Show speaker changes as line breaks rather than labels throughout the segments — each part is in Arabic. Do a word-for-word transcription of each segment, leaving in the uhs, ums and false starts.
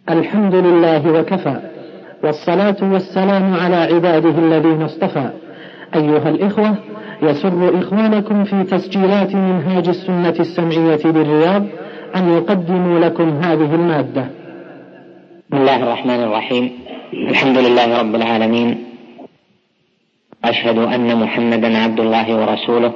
الحمد لله وكفى، والصلاة والسلام على عباده الذين اصطفى. أيها الإخوة، يسر إخوانكم في تسجيلات منهاج السنة السمعية بالرياض أن يقدموا لكم هذه المادة.
بسم الله الرحمن الرحيم. الحمد لله رب العالمين، أشهد أن محمدا عبد الله ورسوله،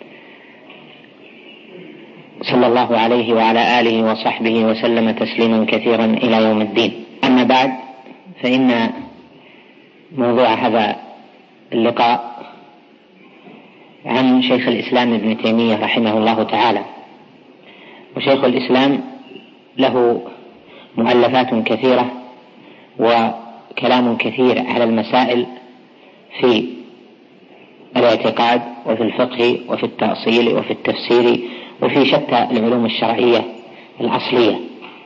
صلى الله عليه وعلى آله وصحبه وسلم تسليما كثيرا إلى يوم الدين. أما بعد، فإن موضوع هذا اللقاء عن شيخ الإسلام ابن تيمية رحمه الله تعالى. وشيخ الإسلام له مؤلفات كثيرة وكلام كثير على المسائل في الاعتقاد وفي الفقه وفي التأصيل وفي التفسير وفي شتى العلوم الشرعية الأصلية،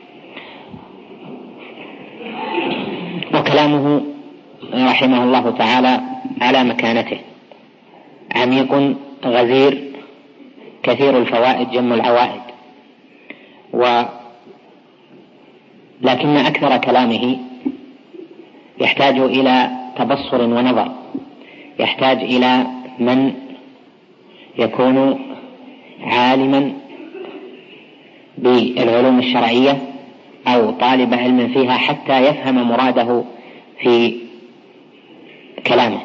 وكلامه رحمه الله تعالى على مكانته عميق غزير كثير الفوائد جم العوائد، ولكن أكثر كلامه يحتاج إلى تبصر ونظر، يحتاج إلى من يكون عالما بالعلوم الشرعية أو طالب علم فيها حتى يفهم مراده في كلامه.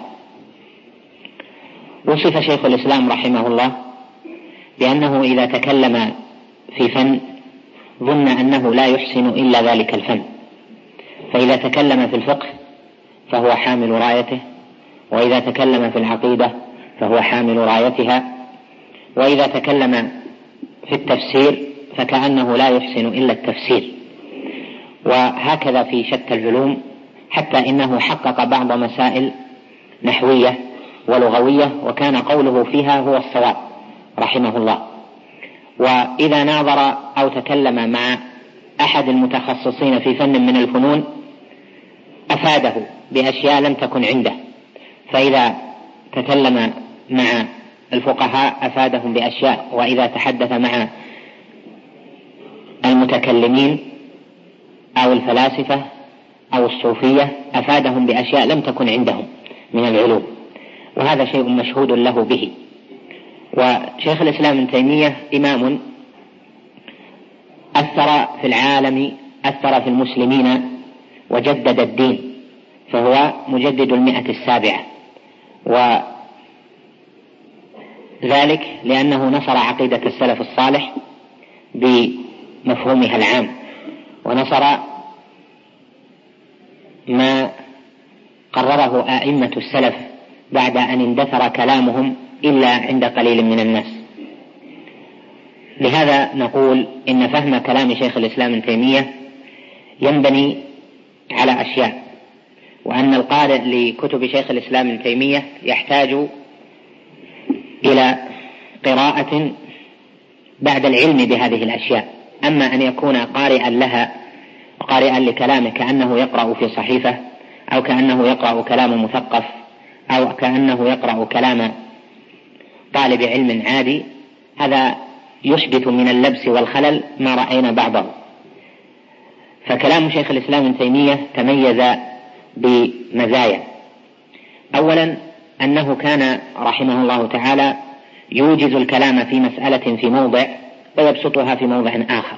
وصف شيخ الإسلام رحمه الله بأنه إذا تكلم في فن ظن أنه لا يحسن إلا ذلك الفن، فإذا تكلم في الفقه فهو حامل رايته، وإذا تكلم في العقيدة فهو حامل رايتها، وإذا تكلم في التفسير فكأنه لا يحسن إلا التفسير، وهكذا في شتى العلوم، حتى إنه حقق بعض مسائل نحوية ولغوية وكان قوله فيها هو الصواب رحمه الله. وإذا ناظر أو تكلم مع أحد المتخصصين في فن من الفنون أفاده بأشياء لم تكن عنده، فإذا تكلم مع الفقهاء أفادهم بأشياء، وإذا تحدث مع المتكلمين أو الفلاسفة أو الصوفية أفادهم بأشياء لم تكن عندهم من العلوم، وهذا شيء مشهود له به. وشيخ الإسلام ابن تيمية إمام أثر في العالم، أثر في المسلمين وجدد الدين، فهو مجدد المئة السابعة، وذلك لأنه نصر عقيدة السلف الصالح بمفهومها العام، ونصر ما قرره أئمة السلف بعد أن اندثر كلامهم إلا عند قليل من الناس. لهذا نقول إن فهم كلام شيخ الإسلام ابن تيمية ينبني على أشياء، وأن القارئ لكتب شيخ الإسلام ابن تيمية يحتاج إلى قراءة بعد العلم بهذه الأشياء. أما أن يكون قارئا لها قارئا لكلامه كأنه يقرأ في صحيفة، أو كأنه يقرأ كلام مثقف، أو كأنه يقرأ كلام طالب علم عادي، هذا يثبت من اللبس والخلل ما رأينا بعضه. فكلام شيخ الإسلام ابن تيمية تميز بمزايا. أولا أنه كان رحمه الله تعالى يوجز الكلام في مسألة في موضع ويبسطها في موضع آخر،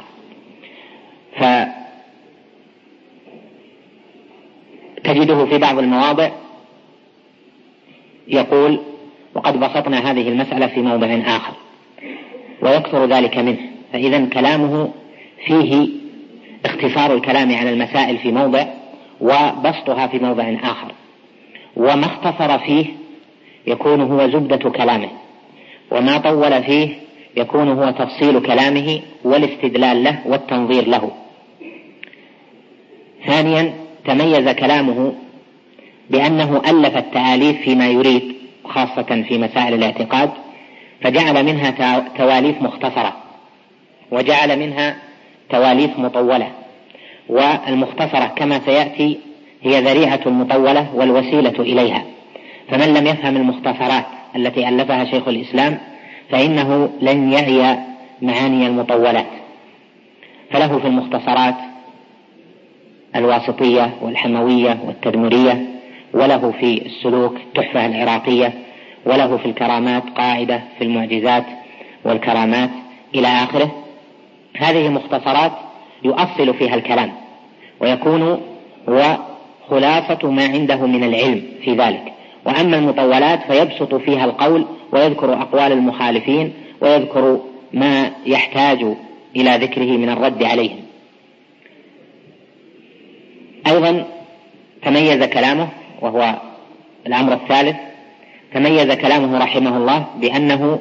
فتجده في بعض المواضع يقول وقد بسطنا هذه المسألة في موضع آخر، ويكثر ذلك منه. فإذا كلامه فيه اختصار الكلام على المسائل في موضع وبسطها في موضع آخر، وما اختصر فيه يكون هو زبدة كلامه، وما طول فيه يكون هو تفصيل كلامه والاستدلال له والتنظير له. ثانيا تميز كلامه بأنه ألف التآليف فيما يريد، خاصة في مسائل الاعتقاد، فجعل منها تواليف مختصرة وجعل منها تواليف مطولة، والمختصرة كما سيأتي هي ذريعة المطولة والوسيلة إليها. فمن لم يفهم المختصرات التي ألفها شيخ الإسلام فإنه لن يعي معاني المطولات، فله في المختصرات الواسطية والحموية والتدمرية، وله في السلوك التحفة العراقية، وله في الكرامات قاعدة في المعجزات والكرامات إلى آخره. هذه مختصرات يؤصل فيها الكلام، ويكون هو خلاصة ما عنده من العلم في ذلك. وأما المطولات فيبسط فيها القول ويذكر أقوال المخالفين ويذكر ما يحتاج إلى ذكره من الرد عليهم. أيضا تميز كلامه، وهو الأمر الثالث، تميز كلامه رحمه الله بأنه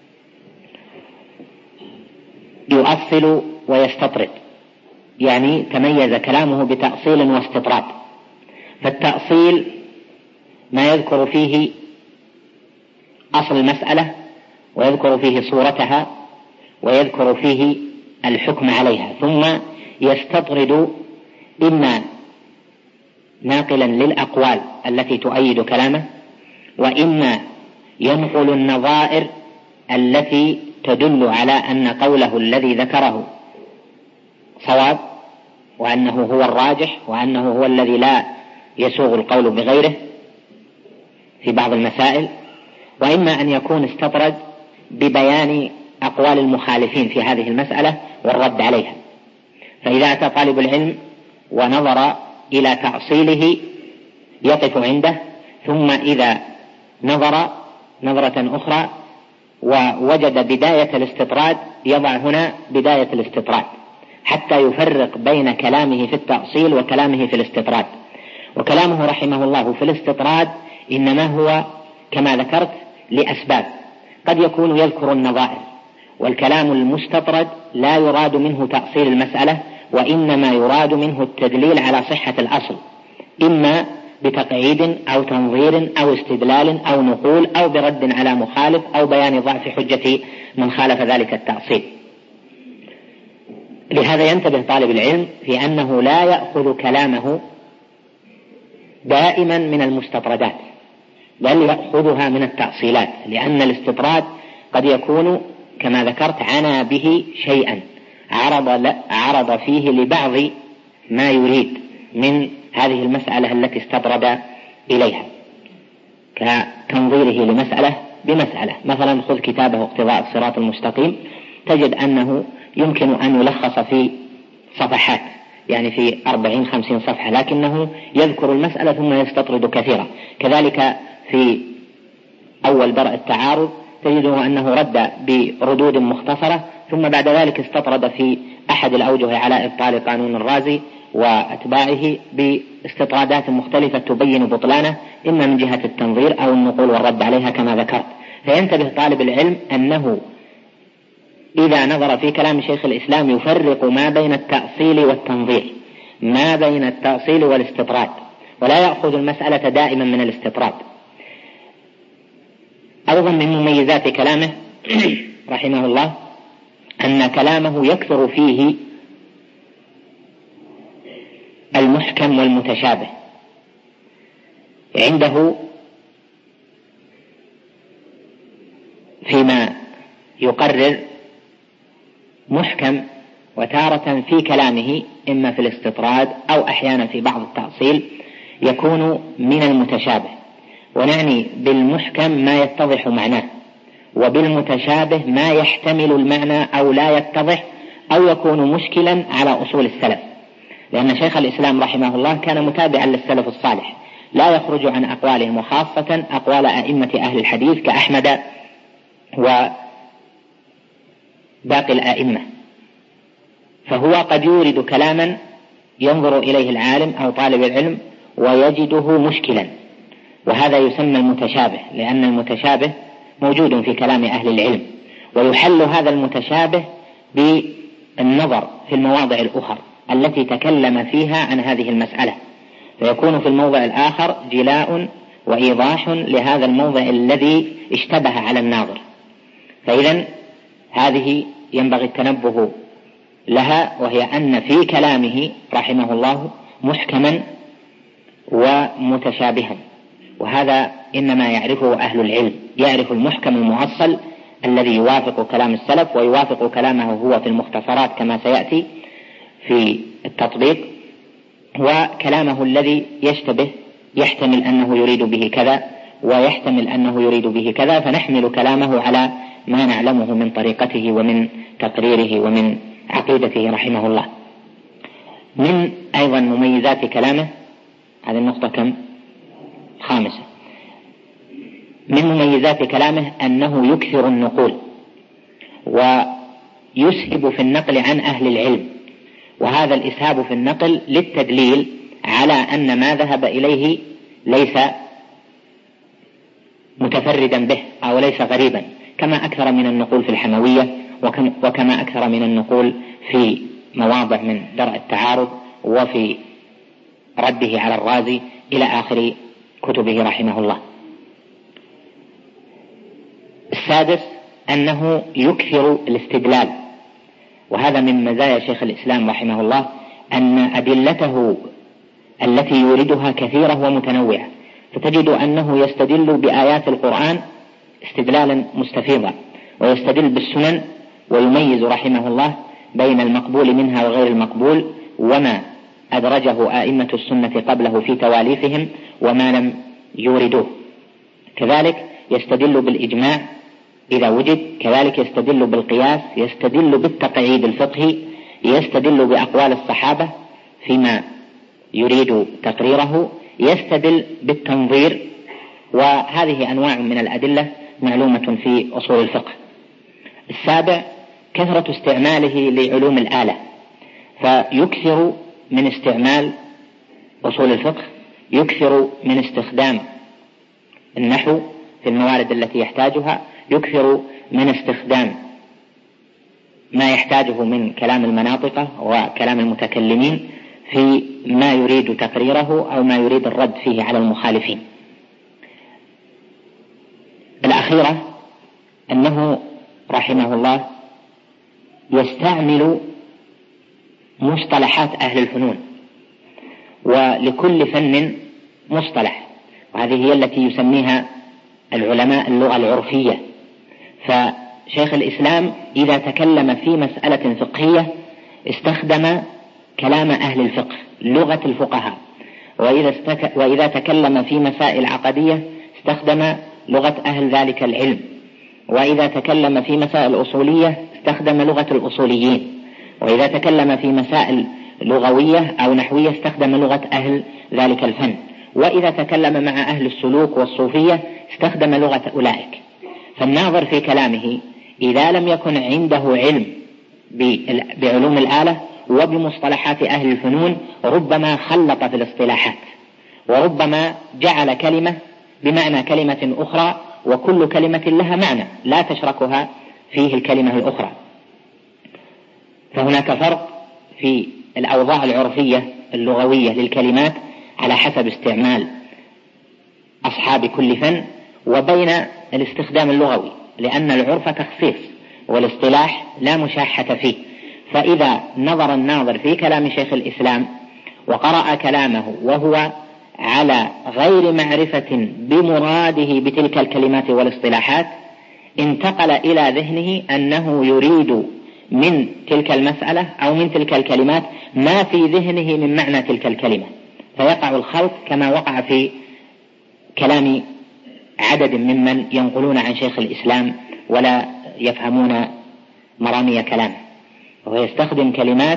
يؤصل ويستطرد، يعني تميز كلامه بتأصيل واستطراد. فالتأصيل ما يذكر فيه أصل المسألة ويذكر فيه صورتها ويذكر فيه الحكم عليها، ثم يستطرد إما ناقلا للأقوال التي تؤيد كلامه، وإما ينقل النظائر التي تدل على أن قوله الذي ذكره صواب، وأنه هو الراجح، وأنه هو الذي لا يسوغ القول بغيره في بعض المسائل، وإما أن يكون استطرد ببيان أقوال المخالفين في هذه المسألة والرد عليها. فإذا أتى طالب العلم ونظر إلى تأصيله يقف عنده، ثم إذا نظر نظرة أخرى ووجد بداية الاستطراد يضع هنا بداية الاستطراد حتى يفرق بين كلامه في التأصيل وكلامه في الاستطراد. وكلامه رحمه الله في الاستطراد إنما هو كما ذكرت لأسباب، قد يكون يذكر النظائر، والكلام المستطرد لا يراد منه تأصيل المسألة، وإنما يراد منه التدليل على صحة الأصل، إما بتقعيد أو تنظير أو استدلال أو نقول أو برد على مخالف أو بيان ضعف حجة من خالف ذلك التأصيل. لهذا ينتبه طالب العلم في أنه لا يأخذ كلامه دائما من المستطردات، بل يأخذها من التأصيلات، لأن الاستطراد قد يكون كما ذكرت عنا به شيئا عرض, عرض فيه لبعض ما يريد من هذه المسألة التي استطرد إليها، كتنظيره لمسألة بمسألة. مثلا خذ كتابه اقتضاء الصراط المستقيم، تجد أنه يمكن أن يلخص في صفحات، يعني في أربعين خمسين صفحة، لكنه يذكر المسألة ثم يستطرد كثيرا. كذلك في أول درء التعارض تجده أنه رد بردود مختصرة، ثم بعد ذلك استطرد في أحد الأوجه على إبطال قانون الرازي وأتباعه باستطرادات مختلفة تبين بطلانه، إما من جهة التنظير أو النقول والرد عليها كما ذكرت. فينتبه طالب العلم أنه إذا نظر في كلام شيخ الإسلام يفرق ما بين التأصيل والتنظير، ما بين التأصيل والاستطراد، ولا يأخذ المسألة دائما من الاستطراد. أيضا من مميزات كلامه رحمه الله أن كلامه يكثر فيه المحكم والمتشابه. عنده فيما يقرر محكم، وتارة في كلامه إما في الاستطراد أو أحيانا في بعض التأصيل يكون من المتشابه. ونعني بالمحكم ما يتضح معناه، وبالمتشابه ما يحتمل المعنى أو لا يتضح أو يكون مشكلا على أصول السلف، لأن شيخ الإسلام رحمه الله كان متابعا للسلف الصالح، لا يخرج عن أقوالهم، وخاصة أقوال أئمة أهل الحديث كأحمد وباقي الأئمة. فهو قد يورد كلاما ينظر إليه العالم أو طالب العلم ويجده مشكلا، وهذا يسمى المتشابه، لأن المتشابه موجود في كلام أهل العلم، ويحل هذا المتشابه بالنظر في المواضع الأخرى التي تكلم فيها عن هذه المسألة، فيكون في الموضع الآخر جلاء وإيضاح لهذا الموضع الذي اشتبه على الناظر. فإذا هذه ينبغي التنبه لها، وهي أن في كلامه رحمه الله محكما ومتشابها، وهذا إنما يعرفه أهل العلم، يعرف المحكم المؤصل الذي يوافق كلام السلف ويوافق كلامه هو في المختصرات كما سيأتي في التطبيق، وكلامه الذي يشتبه يحتمل أنه يريد به كذا ويحتمل أنه يريد به كذا، فنحمل كلامه على ما نعلمه من طريقته ومن تقريره ومن عقيدته رحمه الله. من أيضا مميزات كلامه، هذه النقطة كم؟ خامسة. من مميزات كلامه أنه يكثر النقول ويسهب في النقل عن أهل العلم، وهذا الإسهاب في النقل للتدليل على أن ما ذهب إليه ليس متفردا به أو ليس غريبا، كما أكثر من النقول في الحموية وكما أكثر من النقول في مواضع من درء التعارض وفي رده على الرازي إلى آخر كتبه رحمه الله. السادس أنه يكثر الاستدلال، وهذا من مزايا شيخ الإسلام رحمه الله أن أدلته التي يوردها كثيرة ومتنوعة، فتجد أنه يستدل بآيات القرآن استدلالا مستفيضا، ويستدل بالسنن ويميز رحمه الله بين المقبول منها وغير المقبول، وما أدرجه آئمة السنة قبله في تواليفهم وما لم يوردوه. كذلك يستدل بالإجماع إذا وجد، كذلك يستدل بالقياس، يستدل بالتقعيد الفقهي، يستدل بأقوال الصحابة فيما يريد تقريره، يستدل بالتنظير، وهذه أنواع من الأدلة معلومة في أصول الفقه. السابع كثرة استعماله لعلوم الآلة، فيكثر من استعمال أصول الفقه، يكثر من استخدام النحو في الموارد التي يحتاجها، يكثر من استخدام ما يحتاجه من كلام المناطق وكلام المتكلمين في ما يريد تقريره أو ما يريد الرد فيه على المخالفين. الأخيرة أنه رحمه الله يستعمل مصطلحات أهل الفنون، ولكل فن مصطلح، وهذه هي التي يسميها العلماء اللغة العرفية. فشيخ الإسلام إذا تكلم في مسألة فقهية استخدم كلام أهل الفقه، لغة الفقهاء، وإذا, استك... وإذا تكلم في مسائل عقدية استخدم لغة أهل ذلك العلم، وإذا تكلم في مسائل أصولية استخدم لغة الأصوليين، وإذا تكلم في مسائل لغوية أو نحوية استخدم لغة أهل ذلك الفن، وإذا تكلم مع أهل السلوك والصوفية استخدم لغة أولئك. فالناظر في كلامه إذا لم يكن عنده علم بعلوم الآلة وبمصطلحات أهل الفنون ربما خلط في الاصطلاحات، وربما جعل كلمة بمعنى كلمة أخرى، وكل كلمة لها معنى لا تشركها فيه الكلمة الأخرى. فهناك فرق في الأوضاع العرفية اللغوية للكلمات على حسب استعمال أصحاب كل فن، وبين الاستخدام اللغوي، لأن العرف تخصيص والاصطلاح لا مشاحة فيه. فإذا نظر الناظر في كلام شيخ الإسلام وقرأ كلامه وهو على غير معرفة بمراده بتلك الكلمات والاصطلاحات انتقل إلى ذهنه أنه يريد من تلك المسألة أو من تلك الكلمات ما في ذهنه من معنى تلك الكلمة، فيقع الخلط كما وقع في كلام عدد ممن ينقلون عن شيخ الإسلام ولا يفهمون مرامي كلامه، وهو يستخدم كلمات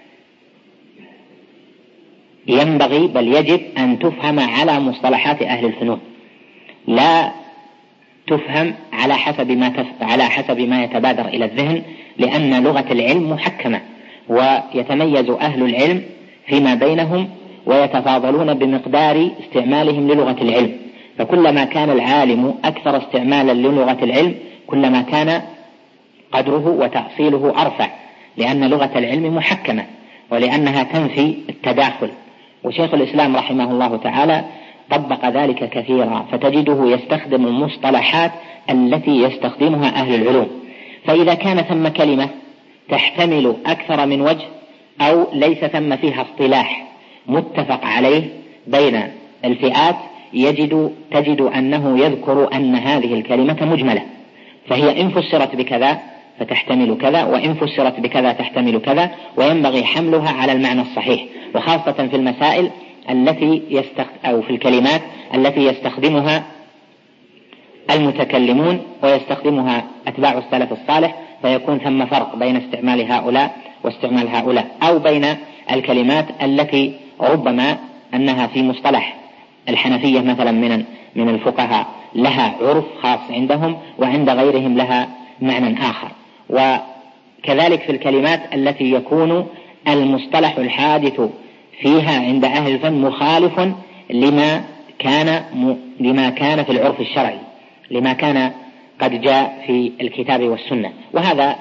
ينبغي بل يجب أن تفهم على مصطلحات أهل الفنون، لا تفهم على حسب ما تف... على حسب ما يتبادر إلى الذهن، لأن لغة العلم محكمة، ويتميز أهل العلم فيما بينهم ويتفاضلون بمقدار استعمالهم للغة العلم، فكلما كان العالم أكثر استعمالا للغة العلم كلما كان قدره وتأصيله أرفع، لأن لغة العلم محكمة ولأنها تنفي التداخل. وشيخ الإسلام رحمه الله تعالى طبق ذلك كثيرا، فتجده يستخدم المصطلحات التي يستخدمها أهل العلوم. فإذا كان ثم كلمة تحتمل أكثر من وجه أو ليس ثم فيها اصطلاح متفق عليه بين الفئات يجد تجد أنه يذكر أن هذه الكلمة مجملة، فهي إن فسرت بكذا فتحتمل كذا، وإن فسرت بكذا تحتمل كذا، وينبغي حملها على المعنى الصحيح، وخاصة في المسائل التي يستخ... أو في الكلمات التي يستخدمها المتكلمون ويستخدمها أتباع السلف الصالح، فيكون ثم فرق بين استعمال هؤلاء واستعمال هؤلاء، أو بين الكلمات التي ربما أنها في مصطلح الحنفية مثلا من من الفقهاء لها عرف خاص عندهم، وعند غيرهم لها معنى آخر. وكذلك في الكلمات التي يكون المصطلح الحادث فيها عند أهل الفن مخالف لما كان لما كان في العرف الشرعي، لما كان قد جاء في الكتاب والسنة، وهذا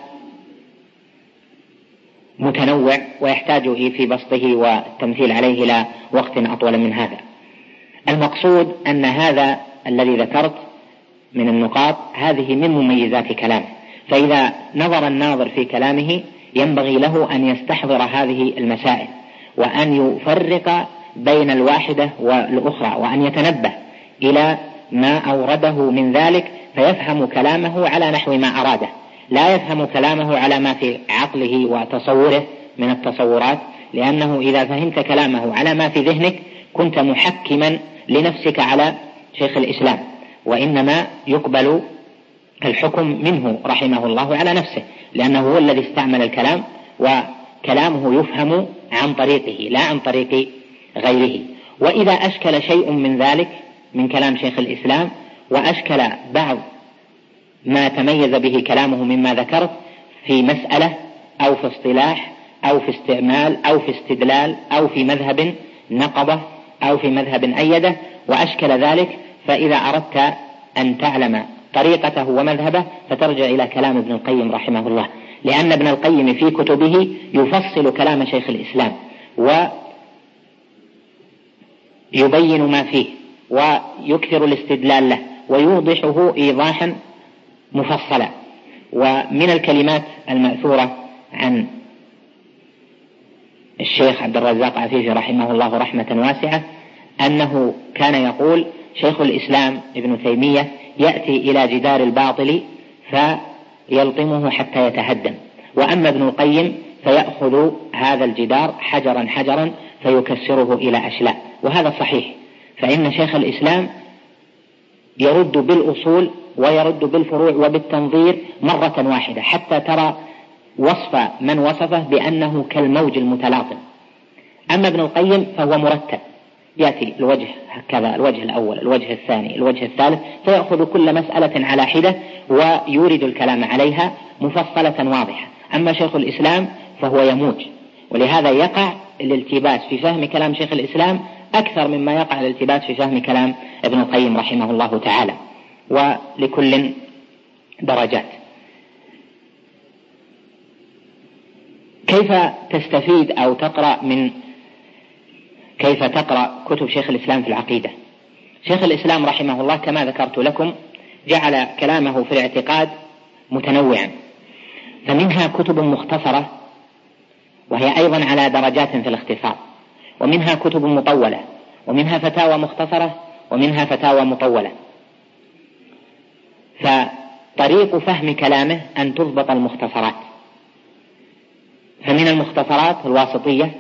متنوع ويحتاج في بسطه والتمثيل عليه إلى وقت أطول من هذا. المقصود أن هذا الذي ذكرت من النقاط هذه من مميزات كلامه، فإذا نظر الناظر في كلامه ينبغي له أن يستحضر هذه المسائل، وأن يفرق بين الواحدة والأخرى، وأن يتنبه إلى ما أورده من ذلك فيفهم كلامه على نحو ما أراده، لا يفهم كلامه على ما في عقله وتصوره من التصورات، لأنه إذا فهمت كلامه على ما في ذهنك كنت محكما لنفسك على شيخ الإسلام، وإنما يقبل الحكم منه رحمه الله على نفسه، لأنه هو الذي استعمل الكلام، وكلامه يفهم عن طريقه لا عن طريق غيره. وإذا أشكل شيء من ذلك من كلام شيخ الإسلام، وأشكل بعض ما تميز به كلامه مما ذكرت في مسألة أو في اصطلاح أو في استعمال أو في استدلال أو في مذهب نقضه أو في مذهب أيده، وأشكل ذلك، فإذا أردت أن تعلم طريقته ومذهبه فترجع إلى كلام ابن القيم رحمه الله، لأن ابن القيم في كتبه يفصل كلام شيخ الإسلام ويبين ما فيه ويكثر الاستدلال له ويوضحه إيضاحا مفصلا. ومن الكلمات المأثورة عن الشيخ عبد الرزاق عفيفي رحمه الله رحمة واسعة أنه كان يقول: شيخ الإسلام ابن تيمية يأتي إلى جدار الباطل فيلطمه حتى يتهدم، وأما ابن القيم فيأخذ هذا الجدار حجرا حجرا فيكسره إلى أشلاء. وهذا صحيح، فإن شيخ الإسلام يرد بالأصول ويرد بالفروع وبالتنظير مرة واحدة، حتى ترى وصف من وصفه بأنه كالموج المتلاطم. أما ابن القيم فهو مرتب، يأتي الوجه هكذا، الوجه الأول، الوجه الثاني، الوجه الثالث، فيأخذ كل مسألة على حدة ويورد الكلام عليها مفصلة واضحة. أما شيخ الإسلام فهو يموج، ولهذا يقع الالتباس في فهم كلام شيخ الإسلام أكثر مما يقع الالتباس في فهم كلام ابن القيم رحمه الله تعالى، ولكل درجات. كيف تستفيد أو تقرأ من كيف تقرأ كتب شيخ الإسلام في العقيدة؟ شيخ الإسلام رحمه الله كما ذكرت لكم جعل كلامه في الاعتقاد متنوعا، فمنها كتب مختصرة وهي أيضا على درجات في الاختصار، ومنها كتب مطولة، ومنها فتاوى مختصرة، ومنها فتاوى مطولة. فطريق فهم كلامه أن تضبط المختصرات، فمن المختصرات الواسطية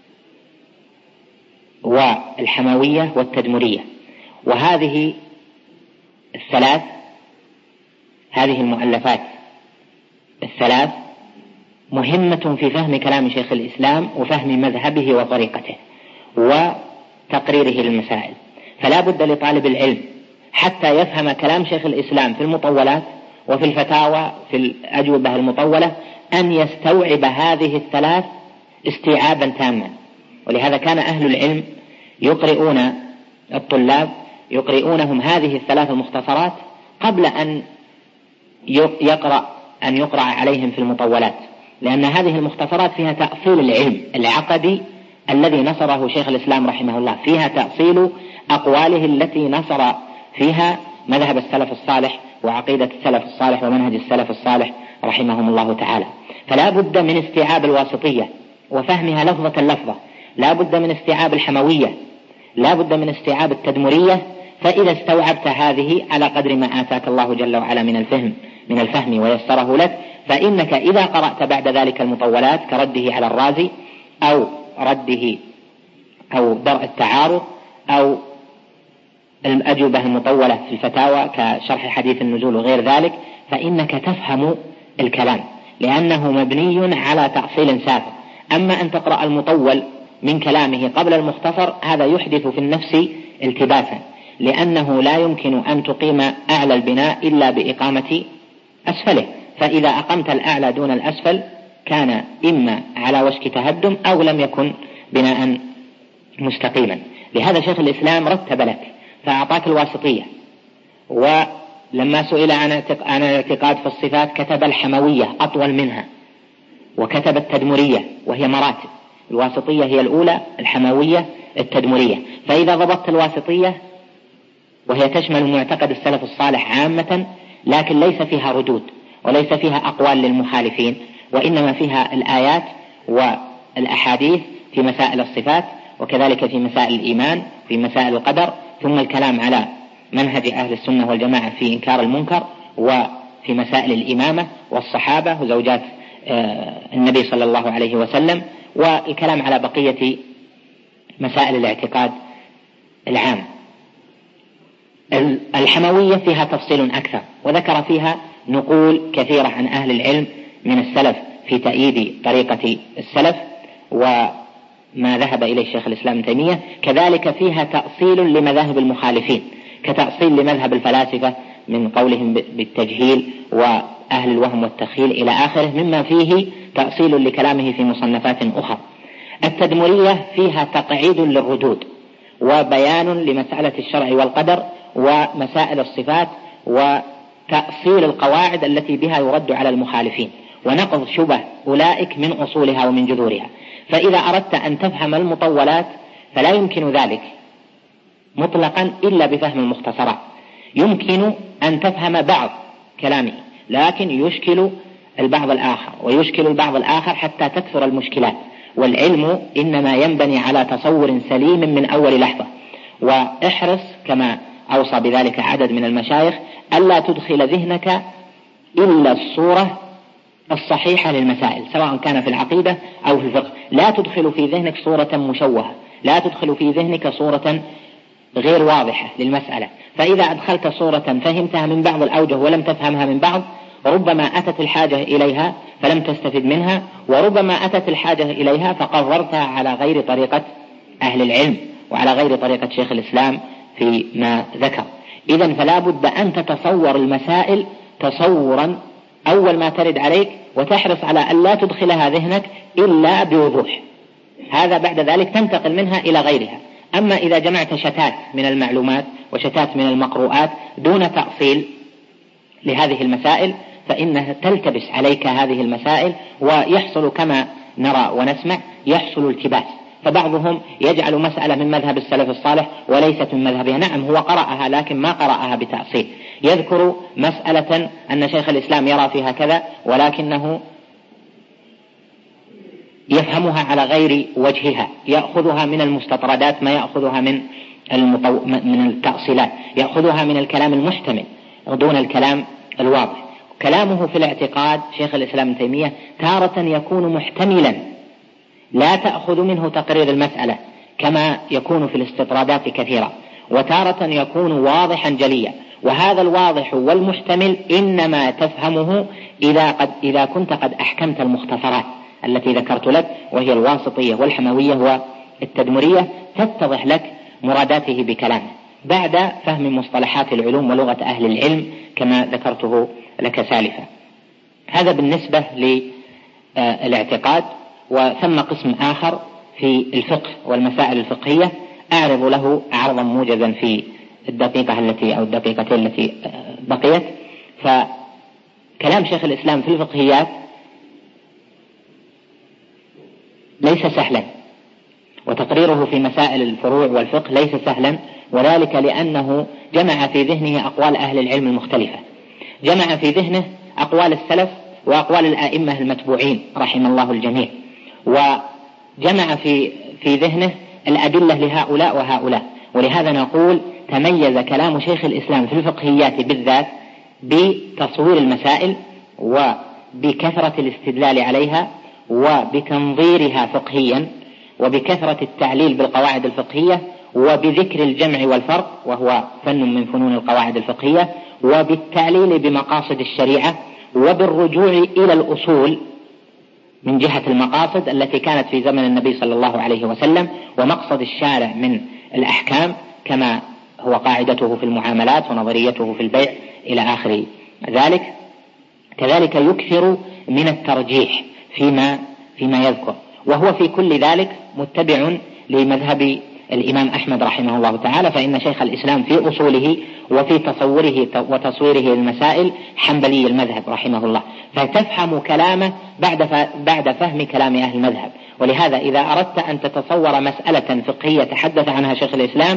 والحموية والتدمرية، وهذه الثلاث هذه المؤلفات الثلاث مهمة في فهم كلام شيخ الإسلام وفهم مذهبه وطريقته وتقريره للمسائل. فلا بد لطالب العلم حتى يفهم كلام شيخ الإسلام في المطولات وفي الفتاوى في الأجوبة المطولة أن يستوعب هذه الثلاث استيعابا تاما. ولهذا كان أهل العلم يقرؤون الطلاب يقرؤونهم هذه الثلاث المختصرات قبل أن يقرأ أن يقرأ عليهم في المطولات، لأن هذه المختصرات فيها تأصيل العلم العقدي الذي نصره شيخ الإسلام رحمه الله، فيها تأصيل أقواله التي نصر فيها مذهب السلف الصالح وعقيدة السلف الصالح ومنهج السلف الصالح رحمهم الله تعالى. فلا بد من استيعاب الواسطية وفهمها لفظة لفظة، لا بد من استيعاب الحموية، لا بد من استيعاب التدمرية. فإذا استوعبت هذه على قدر ما آتاك الله جل وعلا من الفهم من الفهم ويسره لك، فإنك إذا قرأت بعد ذلك المطولات كرده على الرازي أو رده أو درء التعارض أو الأجوبة المطولة في الفتاوى كشرح حديث النزول وغير ذلك، فإنك تفهم الكلام لأنه مبني على تأصيل سابق. أما أن تقرأ المطول من كلامه قبل المختصر هذا يحدث في النفس التباسا، لأنه لا يمكن أن تقيم أعلى البناء إلا بإقامة أسفله، فإذا أقمت الأعلى دون الأسفل كان إما على وشك تهدم أو لم يكن بناء مستقيما. لهذا شيخ الإسلام رتب لك فأعطاك الواسطية، ولما سئل عن الاعتقاد في الصفات كتب الحموية أطول منها، وكتب التدمرية وهي مراتب، الواسطية هي الأولى، الحموية التدمرية. فإذا ضبطت الواسطية وهي تشمل معتقد السلف الصالح عامة، لكن ليس فيها ردود وليس فيها أقوال للمخالفين، وإنما فيها الآيات والأحاديث في مسائل الصفات، وكذلك في مسائل الإيمان، في مسائل القدر، ثم الكلام على منهج أهل السنة والجماعة في إنكار المنكر، وفي مسائل الإمامة والصحابة وزوجات النبي صلى الله عليه وسلم، والكلام على بقية مسائل الاعتقاد العام. الحموية فيها تفصيل أكثر، وذكر فيها نقول كثيرة عن أهل العلم من السلف في تأييد طريقة السلف وما ذهب إليه شيخ الإسلام ابن تيمية. كذلك فيها تأصيل لمذاهب المخالفين كتأصيل لمذهب الفلاسفة من قولهم بالتجهيل وأهل الوهم والتخيل إلى آخره، مما فيه تأصيل لكلامه في مصنفات أخرى. التدمرية فيها تقعيد للردود وبيان لمسألة الشرع والقدر ومسائل الصفات وتأصيل القواعد التي بها يرد على المخالفين ونقض شبه أولئك من أصولها ومن جذورها. فإذا أردت أن تفهم المطولات فلا يمكن ذلك مطلقا إلا بفهم المختصرات. يمكن أن تفهم بعض كلامه لكن يشكل البعض الآخر ويشكل البعض الآخر حتى تكثر المشكلات، والعلم إنما ينبني على تصور سليم من أول لحظة. واحرص كما أوصى بذلك عدد من المشايخ ألا تدخل ذهنك إلا الصورة الصحيحة للمسائل سواء كان في العقيدة أو في الفقه. لا تدخل في ذهنك صورة مشوهة، لا تدخل في ذهنك صورة غير واضحة للمسألة. فإذا أدخلت صورة فهمتها من بعض الأوجه ولم تفهمها من بعض، ربما أتت الحاجة إليها فلم تستفد منها، وربما أتت الحاجة إليها فقررتها على غير طريقة أهل العلم وعلى غير طريقة شيخ الإسلام فيما ذكر. إذن فلا بد أن تتصور المسائل تصورا أول ما ترد عليك، وتحرص على أن لا تدخلها ذهنك إلا بوضوح. هذا بعد ذلك تنتقل منها إلى غيرها. أما إذا جمعت شتات من المعلومات وشتات من المقروءات دون تأصيل لهذه المسائل فإنها تلتبس عليك هذه المسائل، ويحصل كما نرى ونسمع يحصل التباس. فبعضهم يجعل مسألة من مذهب السلف الصالح وليست من مذهبها. نعم هو قرأها لكن ما قرأها بتأصيل. يذكر مسألة أن شيخ الإسلام يرى فيها كذا ولكنه يفهمها على غير وجهها، يأخذها من المستطردات ما يأخذها من المطو... من التأصيلات، يأخذها من الكلام المحتمل دون الكلام الواضح. كلامه في الاعتقاد شيخ الإسلام ابن تيمية تارة يكون محتملا لا تأخذ منه تقرير المسألة كما يكون في الاستطرادات كثيرا، وتارة يكون واضحا جليا. وهذا الواضح والمحتمل إنما تفهمه إذا, قد إذا كنت قد أحكمت المختصرات التي ذكرت لك وهي الواسطية والحموية والتدمرية، تتضح لك مراداته بكلامه بعد فهم مصطلحات العلوم ولغة أهل العلم كما ذكرته لك سالفا. هذا بالنسبة للاعتقاد. وثم قسم آخر في الفقه والمسائل الفقهية أعرض له عرضا موجزا في الدقيقة التي أو الدقيقتين التي بقيت. فكلام شيخ الإسلام في الفقهيات ليس سهلا، وتقريره في مسائل الفروع والفقه ليس سهلا، وذلك لأنه جمع في ذهنه أقوال أهل العلم المختلفة، جمع في ذهنه أقوال السلف وأقوال الآئمة المتبوعين رحم الله الجميع، وجمع في في ذهنه الأدلة لهؤلاء وهؤلاء. ولهذا نقول تميز كلام شيخ الإسلام في الفقهيات بالذات بتصوير المسائل بكثرة الاستدلال عليها وبتنظيرها فقهيا وبكثرة التعليل بالقواعد الفقهية وبذكر الجمع والفرق وهو فن من فنون القواعد الفقهية وبالتعليل بمقاصد الشريعة وبالرجوع إلى الأصول من جهة المقاصد التي كانت في زمن النبي صلى الله عليه وسلم ومقصد الشارع من الأحكام كما هو قاعدته في المعاملات ونظريته في البيع إلى آخر ذلك. كذلك يكثر من الترجيح فيما, فيما يذكر، وهو في كل ذلك متبع لمذهب الإمام أحمد رحمه الله تعالى، فإن شيخ الإسلام في أصوله وفي تصوره وتصويره للمسائل حنبلي المذهب رحمه الله، فتفهم كلامه بعد بعد فهم كلام أهل المذهب. ولهذا إذا أردت أن تتصور مسألة فقهية تحدث عنها شيخ الإسلام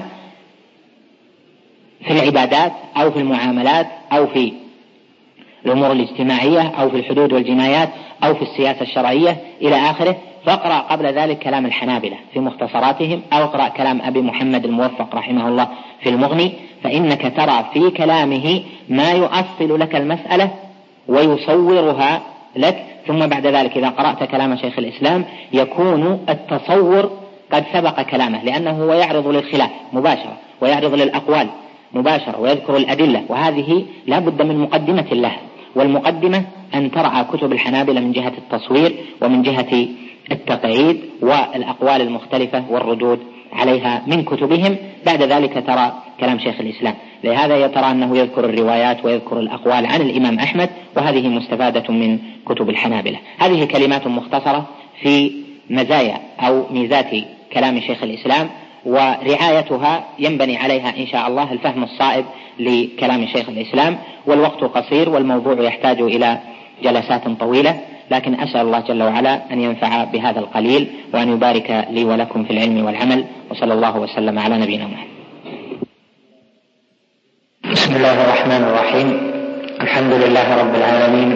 في العبادات أو في المعاملات أو في الأمور الاجتماعية أو في الحدود والجنايات أو في السياسة الشرعية إلى آخره، فاقرأ قبل ذلك كلام الحنابلة في مختصراتهم أو اقرأ كلام أبي محمد الموفق رحمه الله في المغني، فإنك ترى في كلامه ما يؤصل لك المسألة ويصورها لك. ثم بعد ذلك إذا قرأت كلام شيخ الإسلام يكون التصور قد سبق كلامه، لأنه هو يعرض للخلاف مباشرة ويعرض للأقوال مباشرة ويذكر الأدلة، وهذه لا بد من مقدمة له، والمقدمة أن ترعى كتب الحنابلة من جهة التصوير ومن جهة التقعيد والأقوال المختلفة والردود عليها من كتبهم. بعد ذلك ترى كلام شيخ الإسلام، لهذا ترى أنه يذكر الروايات ويذكر الأقوال عن الإمام أحمد، وهذه مستفادة من كتب الحنابلة. هذه كلمات مختصرة في مزايا أو ميزات كلام شيخ الإسلام، ورعايتها ينبني عليها إن شاء الله الفهم الصائب لكلام شيخ الإسلام، والوقت قصير والموضوع يحتاج إلى جلسات طويلة، لكن أسأل الله جل وعلا أن ينفع بهذا القليل وأن يبارك لي ولكم في العلم والعمل، وصلى الله وسلم على نبينا محمد.
بسم الله الرحمن الرحيم. الحمد لله رب العالمين،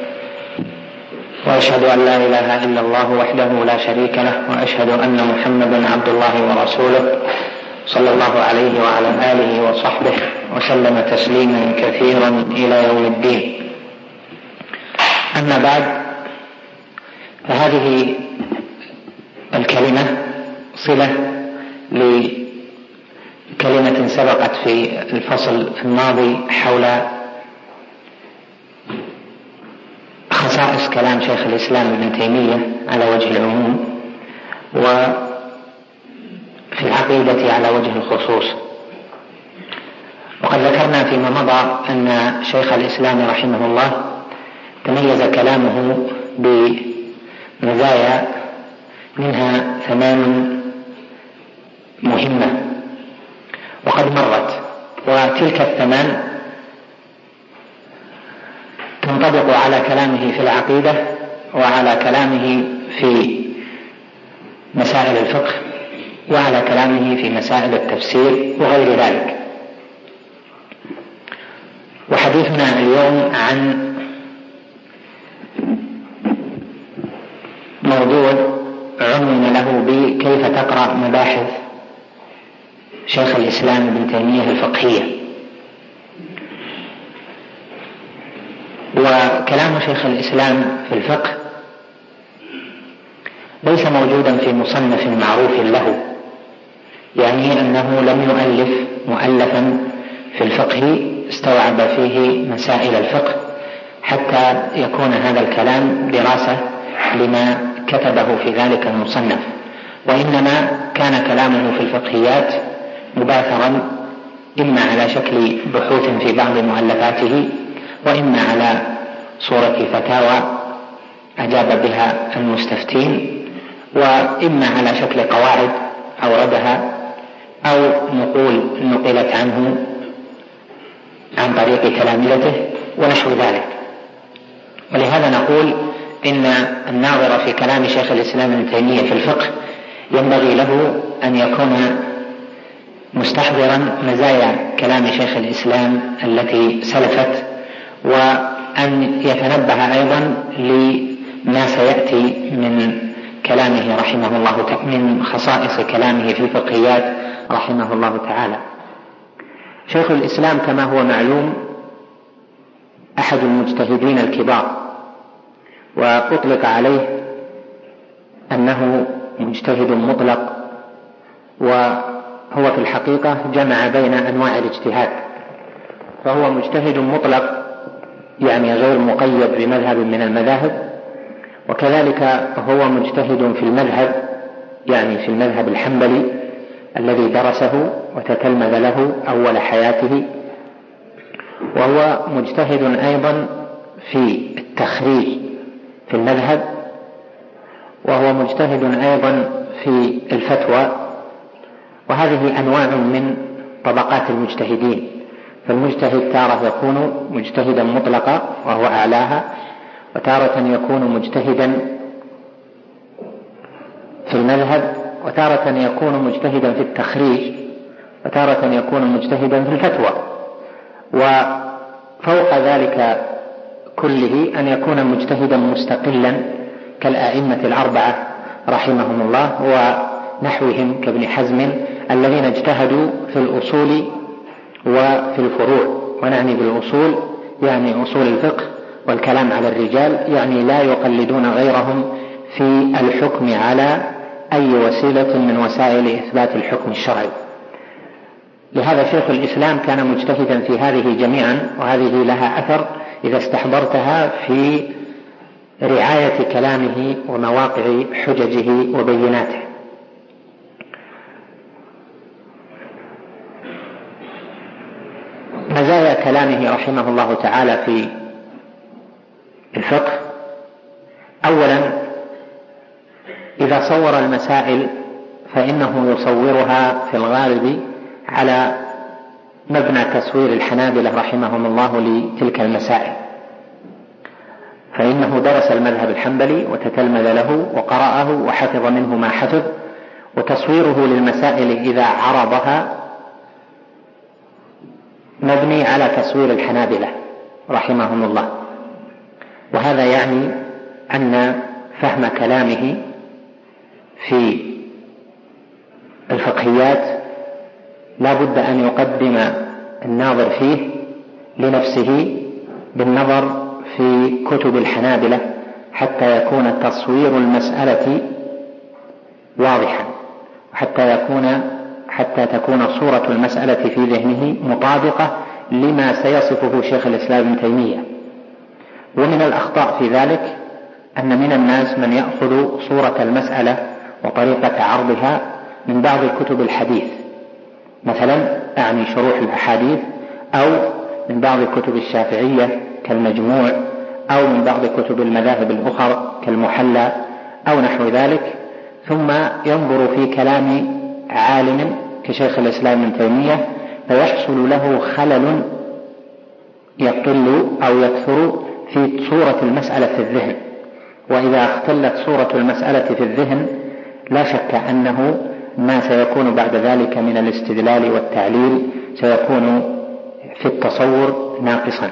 وأشهد أن لا إله إلا الله وحده لا شريك له، وأشهد أن محمدا عبد الله ورسوله صلى الله عليه وعلى آله وصحبه وسلم تسليما كثيرا إلى يوم الدين. أما بعد، فهذه الكلمة صلة لكلمة سبقت في الفصل الماضي حول خصائص كلام شيخ الإسلام ابن تيمية على وجه العموم، وفي العقيدة على وجه الخصوص. وقد ذكرنا فيما مضى أن شيخ الإسلام رحمه الله تميز كلامه بمزايا منها ثمان مهمة وقد مرت، وتلك الثمان تنطبق على كلامه في العقيدة وعلى كلامه في مسائل الفقه وعلى كلامه في مسائل التفسير وغير ذلك. وحديثنا اليوم عن موضوع عنون له بكيف تقرأ مباحث شيخ الإسلام ابن تيمية الفقهية. وكلام شيخ الإسلام في الفقه ليس موجودا في مصنف معروف له، يعني أنه لم يؤلف مؤلفا في الفقه استوعب فيه مسائل الفقه حتى يكون هذا الكلام دراسة لما كتبه في ذلك المصنف، وإنما كان كلامه في الفقهيات مباثرا إما على شكل بحوث في بعض مؤلفاته، وإما على صورة فتاوى أجاب بها المستفتين، وإما على شكل قواعد أوردها أو نقول نقلت عنه عن طريق تلامذته ونحو ذلك. ولهذا نقول إن الناظر في كلام شيخ الإسلام ابن تيمية في الفقه ينبغي له أن يكون مستحضرا مزايا كلام شيخ الإسلام التي سلفت، وأن يتنبه أيضا لما سيأتي من كلامه رحمه الله، من خصائص كلامه في الفقهيات رحمه الله تعالى. شيخ الإسلام كما هو معلوم أحد المجتهدين الكبار، وأطلق عليه أنه مجتهد مطلق، وهو في الحقيقة جمع بين أنواع الاجتهاد، فهو مجتهد مطلق يعني غير مقيد بمذهب من المذاهب، وكذلك هو مجتهد في المذهب يعني في المذهب الحنبلي الذي درسه وتتلمذ له أول حياته، وهو مجتهد أيضا في التخريج في المذهب، وهو مجتهد أيضا في الفتوى. وهذه أنواع من طبقات المجتهدين، فالمجتهد تارة يكون مجتهدا مطلقا وهو أعلاها، وتارة يكون مجتهدا في المذهب، وتارة يكون مجتهدا في التخريج، وتارة يكون مجتهدا في الفتوى. وفوق ذلك كله أن يكون مجتهدا مستقلا كالأئمة الأربعة رحمهم الله ونحوهم كابن حزم الذين اجتهدوا في الأصول وفي الفروع. ونعني بالأصول يعني أصول الفقه والكلام على الرجال، يعني لا يقلدون غيرهم في الحكم على أي وسيلة من وسائل إثبات الحكم الشرعي. لهذا شيخ الإسلام كان مجتهدا في هذه جميعا، وهذه لها أثر إذا استحضرتها في رعاية كلامه ومواقع حججه وبيناته. مزايا كلامه رحمه الله تعالى في الفقه: أولا إذا صور المسائل فإنه يصورها في الغالب على مبنى تصوير الحنابلة رحمهم الله لتلك المسائل، فإنه درس المذهب الحنبلي وتتلمذ له وقرأه وحفظ منه ما حفظ، وتصويره للمسائل إذا عرضها مبني على تصوير الحنابلة رحمهم الله. وهذا يعني أن فهم كلامه في الفقهيات لا بد أن يقدم الناظر فيه لنفسه بالنظر في كتب الحنابلة حتى يكون تصوير المسألة واضحا، وحتى يكون حتى تكون صورة المسألة في ذهنه مطابقة لما سيصفه شيخ الإسلام ابن تيمية. ومن الأخطاء في ذلك أن من الناس من يأخذ صورة المسألة وطريقة عرضها من بعض كتب الحديث، مثلا أعني شروح الأحاديث، أو من بعض كتب الشافعية كالمجموع، أو من بعض كتب المذاهب الأخرى كالمحلى أو نحو ذلك، ثم ينظر في كلام عالم كشيخ الإسلام ابن تيمية فيحصل له خلل يقل أو يكثر في صورة المسألة في الذهن. وإذا اختلت صورة المسألة في الذهن لا شك أنه ما سيكون بعد ذلك من الاستدلال والتعليل سيكون في التصور ناقصا.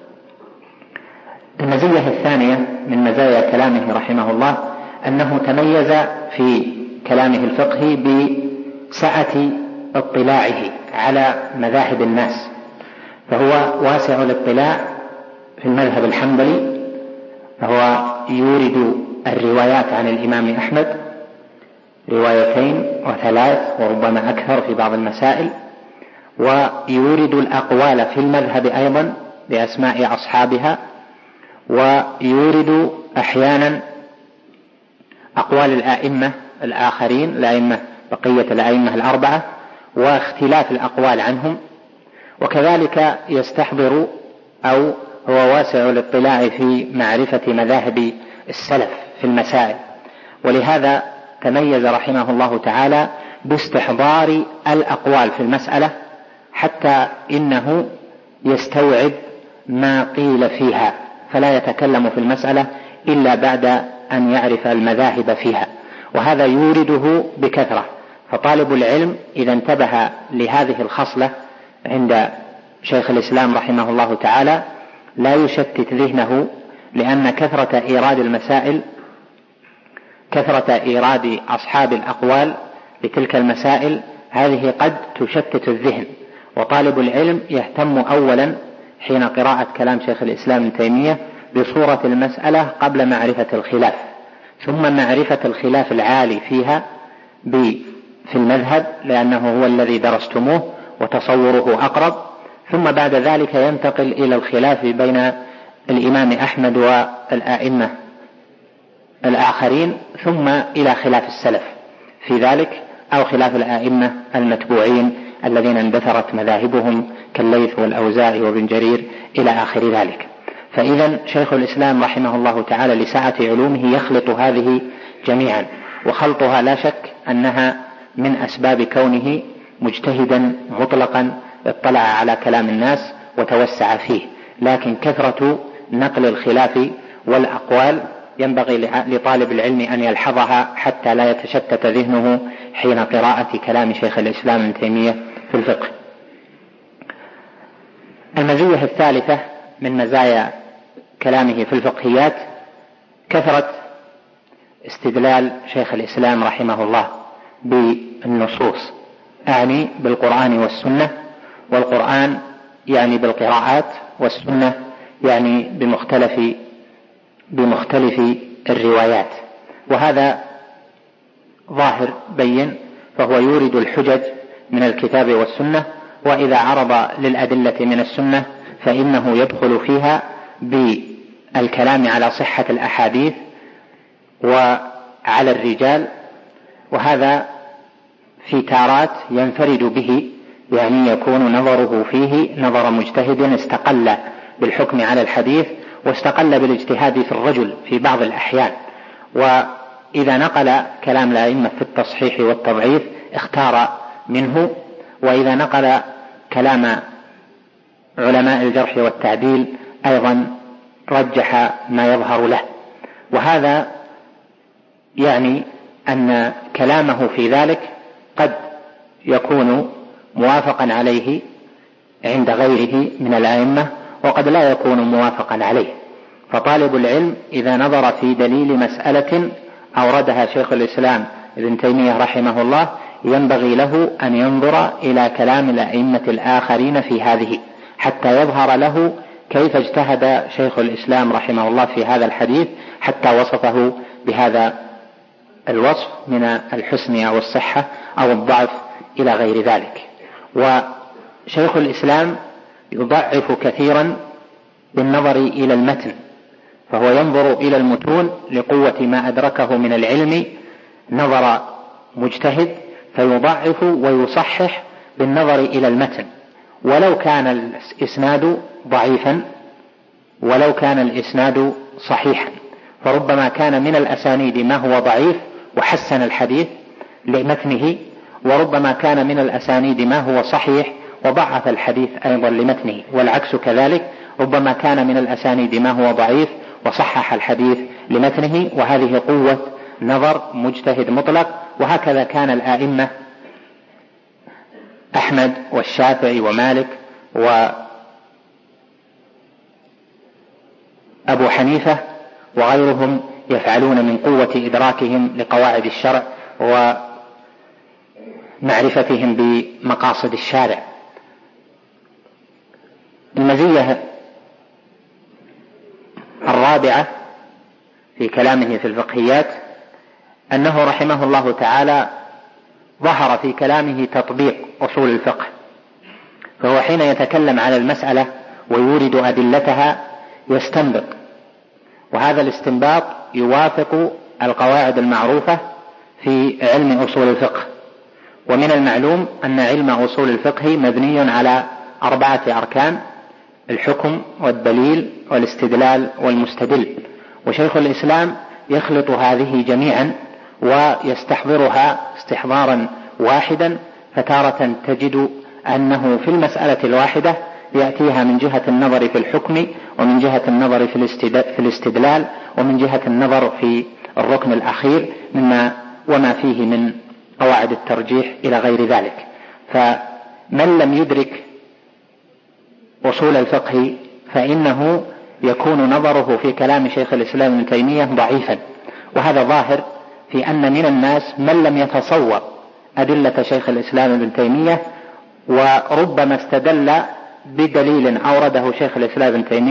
المزية الثانية من مزايا كلامه رحمه الله أنه تميز في كلامه الفقهي بسعة اطلاعه على مذاهب الناس، فهو واسع الاطلاع في المذهب الحنبلي، فهو يورد الروايات عن الإمام أحمد روايتين وثلاث وربما أكثر في بعض المسائل، ويورد الأقوال في المذهب أيضا بأسماء أصحابها، ويورد أحيانا أقوال الآئمة الآخرين الأئمة بقية الأئمة الأربعة واختلاف الأقوال عنهم، وكذلك يستحضر أو هو واسع الاطلاع في معرفة مذاهب السلف في المسائل. ولهذا تميز رحمه الله تعالى باستحضار الأقوال في المسألة حتى إنه يستوعب ما قيل فيها، فلا يتكلم في المسألة إلا بعد أن يعرف المذاهب فيها، وهذا يورده بكثرة. فطالب العلم إذا انتبه لهذه الخصلة عند شيخ الإسلام رحمه الله تعالى لا يشتت ذهنه، لأن كثرة إيراد المسائل كثرة إيراد أصحاب الأقوال لتلك المسائل هذه قد تشتت الذهن. وطالب العلم يهتم أولا حين قراءة كلام شيخ الإسلام ابن تيمية بصورة المسألة قبل معرفة الخلاف، ثم معرفة الخلاف العالي فيها في المذهب لأنه هو الذي درستموه وتصوره أقرب، ثم بعد ذلك ينتقل إلى الخلاف بين الإمام أحمد والآئمة الآخرين، ثم إلى خلاف السلف في ذلك أو خلاف الآئمة المتبوعين الذين اندثرت مذاهبهم كالليث والأوزاعي وابن جرير إلى آخر ذلك. فإذا شيخ الإسلام رحمه الله تعالى لسعة علومه يخلط هذه جميعا، وخلطها لا شك أنها من أسباب كونه مجتهدا مطلقا اطلع على كلام الناس وتوسع فيه، لكن كثرة نقل الخلاف والأقوال ينبغي لطالب العلم أن يلحظها حتى لا يتشتت ذهنه حين قراءة كلام شيخ الإسلام ابن تيمية في الفقه. المزية الثالثة من مزايا كلامه في الفقهيات كثرة استدلال شيخ الإسلام رحمه الله بالنصوص، أعني بالقرآن والسنة، والقرآن يعني بالقراءات، والسنة يعني بمختلف بمختلف الروايات، وهذا ظاهر بين، فهو يورد الحجج من الكتاب والسنة، وإذا عرض للأدلة من السنة فإنه يدخل فيها بالكلام على صحة الأحاديث وعلى الرجال، وهذا في تارات ينفرد به، يعني يكون نظره فيه نظر مجتهد استقل بالحكم على الحديث واستقل بالاجتهاد في الرجل في بعض الأحيان، وإذا نقل كلام الأئمة في التصحيح والتضعيف اختار منه، وإذا نقل كلام علماء الجرح والتعديل أيضا رجح ما يظهر له. وهذا يعني أن كلامه في ذلك قد يكون موافقا عليه عند غيره من الأئمة، وقد لا يكون موافقا عليه. فطالب العلم إذا نظر في دليل مسألة أوردها شيخ الإسلام ابن تيمية رحمه الله ينبغي له أن ينظر إلى كلام الأئمة الآخرين في هذه حتى يظهر له كيف اجتهد شيخ الإسلام رحمه الله في هذا الحديث حتى وصفه بهذا الوصف من الحسن أو الصحة أو الضعف إلى غير ذلك. وشيخ الإسلام يضعف كثيرا بالنظر إلى المتن، فهو ينظر إلى المتون لقوة ما أدركه من العلم نظر مجتهد، فيضعف ويصحح بالنظر إلى المتن، ولو كان الإسناد ضعيفا ولو كان الإسناد صحيحا، فربما كان من الأسانيد ما هو ضعيف وحسن الحديث لمتنه، وربما كان من الأسانيد ما هو صحيح وضعف الحديث أيضا لمتنه، والعكس كذلك، ربما كان من الأسانيد ما هو ضعيف وصحح الحديث لمتنه، وهذه قوة نظر مجتهد مطلق. وهكذا كان الآئمة أحمد والشافعي ومالك وأبو حنيفة وغيرهم يفعلون من قوة إدراكهم لقواعد الشرع ومعرفتهم بمقاصد الشارع. المزية الرابعة في كلامه في الفقهيات أنه رحمه الله تعالى ظهر في كلامه تطبيق أصول الفقه، فهو حين يتكلم على المسألة ويورد أدلتها يستنبط، وهذا الاستنباط يوافق القواعد المعروفة في علم أصول الفقه. ومن المعلوم أن علم أصول الفقه مبني على أربعة أركان: الحكم والدليل والاستدلال والمستدل، وشيخ الإسلام يخلط هذه جميعا ويستحضرها استحضارا واحدا، فتارة تجد أنه في المسألة الواحدة يأتيها من جهة النظر في الحكم، ومن جهة النظر في الاستدلال، ومن جهة النظر في الركن الأخير مما وما فيه من قواعد الترجيح إلى غير ذلك. فمن لم يدرك أصول الفقه فإنه يكون نظره في كلام شيخ الإسلام ابن تيمية ضعيفا، وهذا ظاهر في أن من الناس من لم يتصور أدلة شيخ الإسلام ابن تيمية، وربما استدل بدليل أورده شيخ الإسلام ابن تيمية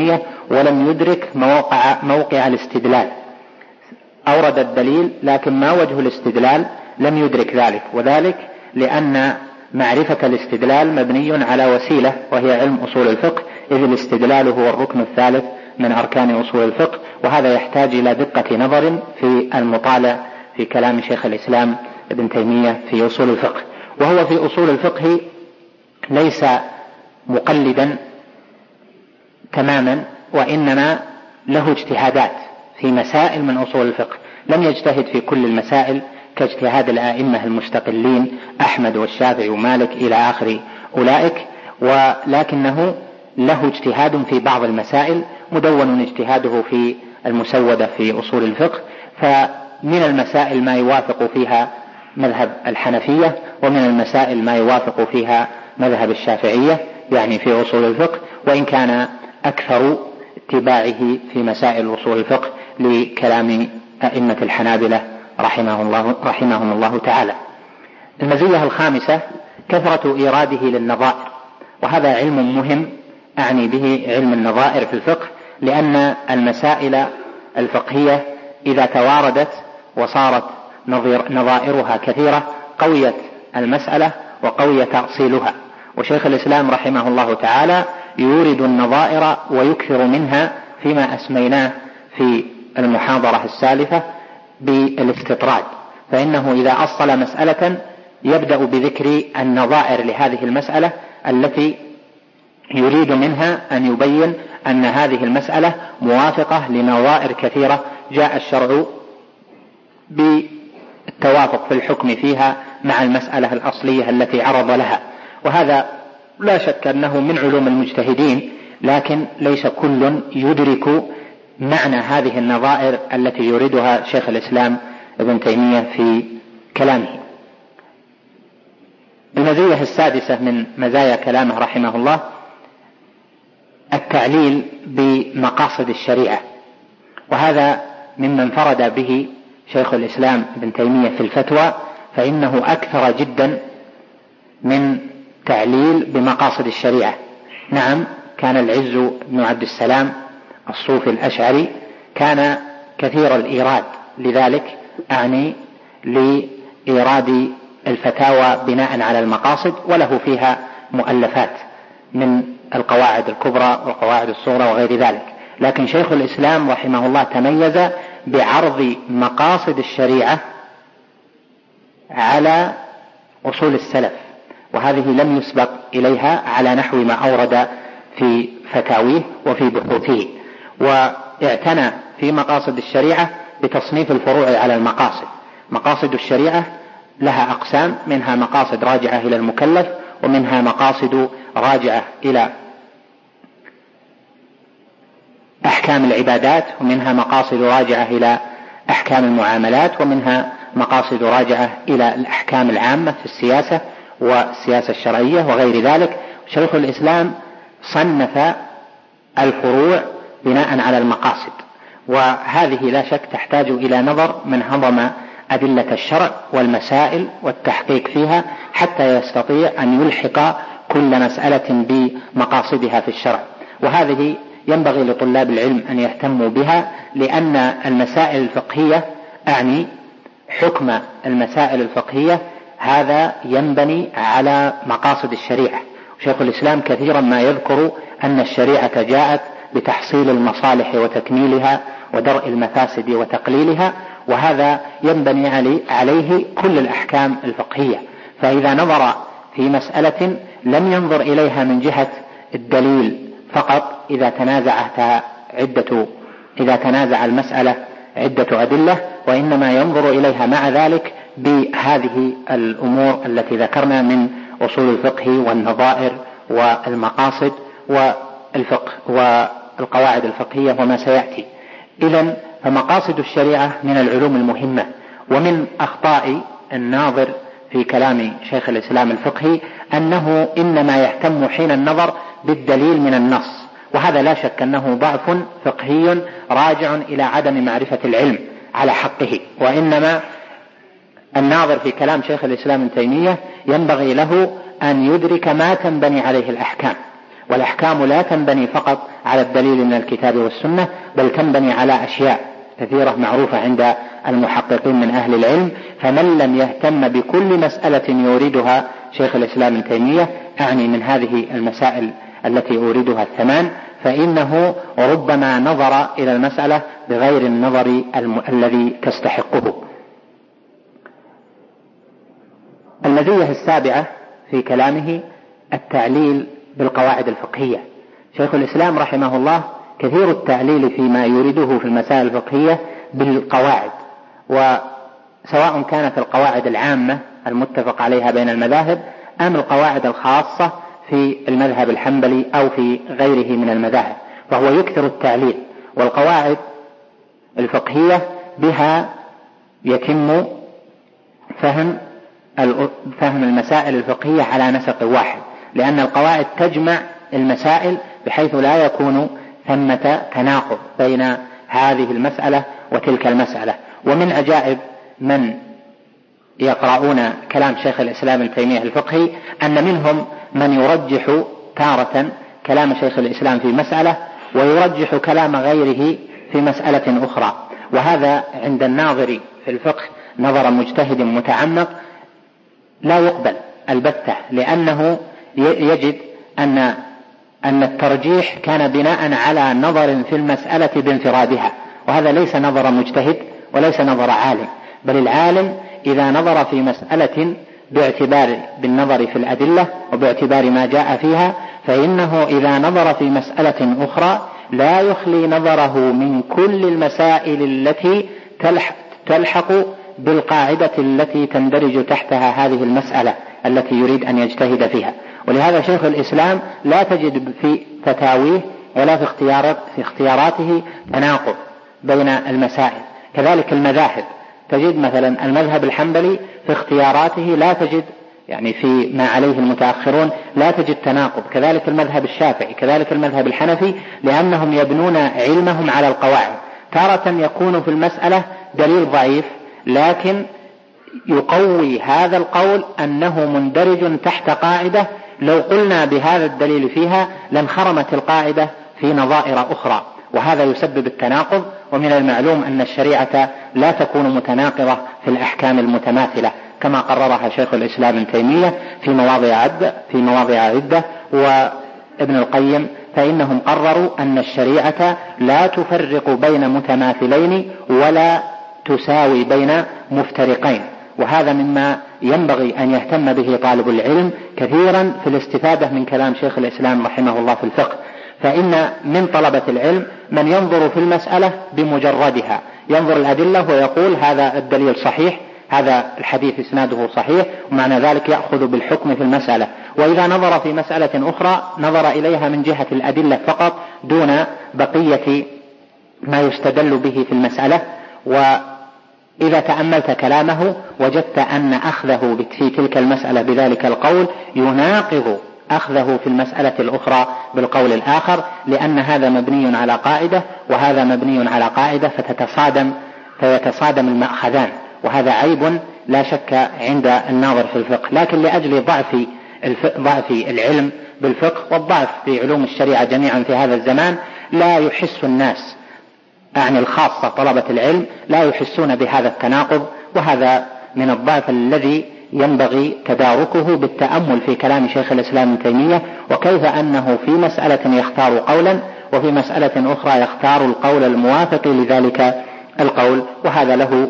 ولم يدرك موقع, موقع الاستدلال. أورد الدليل لكن ما وجه الاستدلال لم يدرك ذلك، وذلك لأن معرفة الاستدلال مبني على وسيلة وهي علم أصول الفقه، إذ الاستدلال هو الركن الثالث من أركان أصول الفقه، وهذا يحتاج إلى دقة نظر في المطالع في كلام شيخ الإسلام ابن تيمية في أصول الفقه. وهو في أصول الفقه ليس مقلدا تماما، وإنما له اجتهادات في مسائل من أصول الفقه، لم يجتهد في كل المسائل كاجتهاد الآئمة المستقلين أحمد والشافعي ومالك إلى آخر أولئك، ولكنه له اجتهاد في بعض المسائل مدون اجتهاده في المسودة في أصول الفقه. فمن المسائل ما يوافق فيها مذهب الحنفية، ومن المسائل ما يوافق فيها مذهب الشافعية يعني في أصول الفقه، وإن كان أكثر اتباعه في مسائل أصول الفقه لكلام أئمة الحنابلة رحمه الله رحمهم الله تعالى. المزية الخامسة كثرة إيراده للنظائر، وهذا علم مهم أعني به علم النظائر في الفقه، لأن المسائل الفقهية إذا تواردت وصارت نظائرها كثيرة قويت المسألة وقوي تأصيلها. وشيخ الإسلام رحمه الله تعالى يورد النظائر ويكثر منها فيما أسميناه في المحاضرة السالفة بالاستطراد، فإنه إذا أصل مسألة يبدأ بذكر النظائر لهذه المسألة التي يريد منها أن يبين أن هذه المسألة موافقة لنظائر كثيرة جاء الشرع بالتوافق في الحكم فيها مع المسألة الأصلية التي عرض لها. وهذا لا شك أنه من علوم المجتهدين، لكن ليس كل يدرك معنى هذه النظائر التي يريدها شيخ الإسلام ابن تيمية في كلامه. المزية السادسة من مزايا كلامه رحمه الله التعليل بمقاصد الشريعة، وهذا مما انفرد به شيخ الإسلام ابن تيمية في الفتوى، فإنه أكثر جدا من تعليل بمقاصد الشريعة. نعم، كان العز بن عبد السلام الصوفي الأشعري كان كثير الإيراد، لذلك أعني لإيراد الفتاوى بناء على المقاصد، وله فيها مؤلفات من القواعد الكبرى والقواعد الصغرى وغير ذلك. لكن شيخ الإسلام رحمه الله تميز بعرض مقاصد الشريعة على أصول السلف، وهذه لم يسبق إليها على نحو ما أورد في فتاويه وفي بحوثه. واعتنى في مقاصد الشريعة بتصنيف الفروع على المقاصد. مقاصد الشريعة لها أقسام، منها مقاصد راجعة إلى المكلف، ومنها مقاصد راجعة إلى أحكام العبادات، ومنها مقاصد راجعة إلى أحكام المعاملات، ومنها مقاصد راجعة إلى الأحكام العامة في السياسة والسياسة الشرعية وغير ذلك. شيخ الإسلام صنف الفروع بناء على المقاصد، وهذه لا شك تحتاج إلى نظر من هضم أدلة الشرع والمسائل والتحقيق فيها حتى يستطيع أن يلحق كل مسألة بمقاصدها في الشرع. وهذه ينبغي لطلاب العلم أن يهتموا بها، لأن المسائل الفقهية أعني حكم المسائل الفقهية هذا ينبني على مقاصد الشريعة. شيخ الإسلام كثيرا ما يذكر أن الشريعة جاءت بتحصيل المصالح وتكميلها ودرء المفاسد وتقليلها، وهذا ينبني عليه كل الأحكام الفقهية. فإذا نظر في مسألة لم ينظر إليها من جهة الدليل فقط إذا تنازعت عدة إذا تنازع المسألة عدة أدلة، وإنما ينظر إليها مع ذلك بهذه الأمور التي ذكرنا من أصول الفقه والنظائر والمقاصد والفقه والقواعد الفقهية وما سيأتي. إذن فمقاصد الشريعة من العلوم المهمة. ومن أخطاء الناظر في كلام شيخ الإسلام الفقهي أنه إنما يهتم حين النظر بالدليل من النص، وهذا لا شك أنه ضعف فقهي راجع إلى عدم معرفة العلم على حقه. وإنما الناظر في كلام شيخ الإسلام ابن تيمية ينبغي له أن يدرك ما تنبني عليه الأحكام، والأحكام لا تنبني فقط على الدليل من الكتاب والسنة، بل تنبني على أشياء كثيرة معروفة عند المحققين من أهل العلم. فمن لم يهتم بكل مسألة يوردها شيخ الإسلام ابن تيمية، أعني من هذه المسائل التي أوردها الثمان، فإنه ربما نظر إلى المسألة بغير النظر الم... الذي تستحقه. المزية السابعة في كلامه التعليل بالقواعد الفقهية. شيخ الإسلام رحمه الله كثير التعليل فيما يريده في المسائل الفقهية بالقواعد، وسواء كانت القواعد العامة المتفق عليها بين المذاهب أم القواعد الخاصة في المذهب الحنبلي أو في غيره من المذاهب، فهو يكثر التعليل. والقواعد الفقهية بها يتم فهم فهم المسائل الفقهية على نسق واحد، لأن القواعد تجمع المسائل بحيث لا يكون ثمة تناقض بين هذه المسألة وتلك المسألة. ومن عجائب من يقرؤون كلام شيخ الإسلام ابن تيمية الفقهي أن منهم من يرجح تارة كلام شيخ الإسلام في مسألة ويرجح كلام غيره في مسألة أخرى، وهذا عند الناظر في الفقه نظر مجتهد متعمق لا يقبل البتة، لأنه يجد أن أن الترجيح كان بناء على نظر في المسألة بانفرادها، وهذا ليس نظر مجتهد وليس نظر عالم، بل العالم إذا نظر في مسألة باعتبار بالنظر في الأدلة وباعتبار ما جاء فيها، فإنه إذا نظر في مسألة أخرى لا يخلي نظره من كل المسائل التي تلحق بالقاعدة التي تندرج تحتها هذه المسألة التي يريد أن يجتهد فيها. ولهذا شيخ الإسلام لا تجد في فتاويه ولا في اختيارات في اختياراته تناقض بين المسائل. كذلك المذاهب، تجد مثلا المذهب الحنبلي في اختياراته لا تجد يعني في ما عليه المتأخرون لا تجد تناقض، كذلك المذهب الشافعي، كذلك المذهب الحنفي، لأنهم يبنون علمهم على القواعد. تارة يكون في المسألة دليل ضعيف لكن يقوي هذا القول أنه مندرج تحت قاعدة لو قلنا بهذا الدليل فيها لانخرمت القاعدة في نظائر أخرى، وهذا يسبب التناقض. ومن المعلوم أن الشريعة لا تكون متناقضة في الأحكام المتماثلة كما قررها شيخ الإسلام ابن تيمية في مواضع عدة في مواضع عدة وابن القيم، فإنهم قرروا أن الشريعة لا تفرق بين متماثلين ولا تساوي بين مفترقين، وهذا مما ينبغي أن يهتم به طالب العلم كثيرا في الاستفادة من كلام شيخ الإسلام رحمه الله في الفقه. فإن من طلبة العلم من ينظر في المسألة بمجردها، ينظر الأدلة ويقول هذا الدليل صحيح، هذا الحديث إسناده صحيح، ومعنى ذلك يأخذ بالحكم في المسألة. وإذا نظر في مسألة أخرى نظر إليها من جهة الأدلة فقط دون بقية ما يستدل به في المسألة. وإذا تأملت كلامه وجدت أن أخذه في تلك المسألة بذلك القول يناقض أخذه في المسألة الأخرى بالقول الآخر، لأن هذا مبني على قاعدة وهذا مبني على قاعدة فتتصادم فيتصادم المأخذان، وهذا عيب لا شك عند الناظر في الفقه. لكن لأجل ضعف ضعف العلم بالفقه والضعف في علوم الشريعة جميعا في هذا الزمان لا يحس الناس أعني الخاصة طلبة العلم لا يحسون بهذا التناقض، وهذا من الضعف الذي ينبغي تداركه بالتأمل في كلام شيخ الإسلام ابن تيمية، وكيف أنه في مسألة يختار قولا وفي مسألة أخرى يختار القول الموافق لذلك القول، وهذا له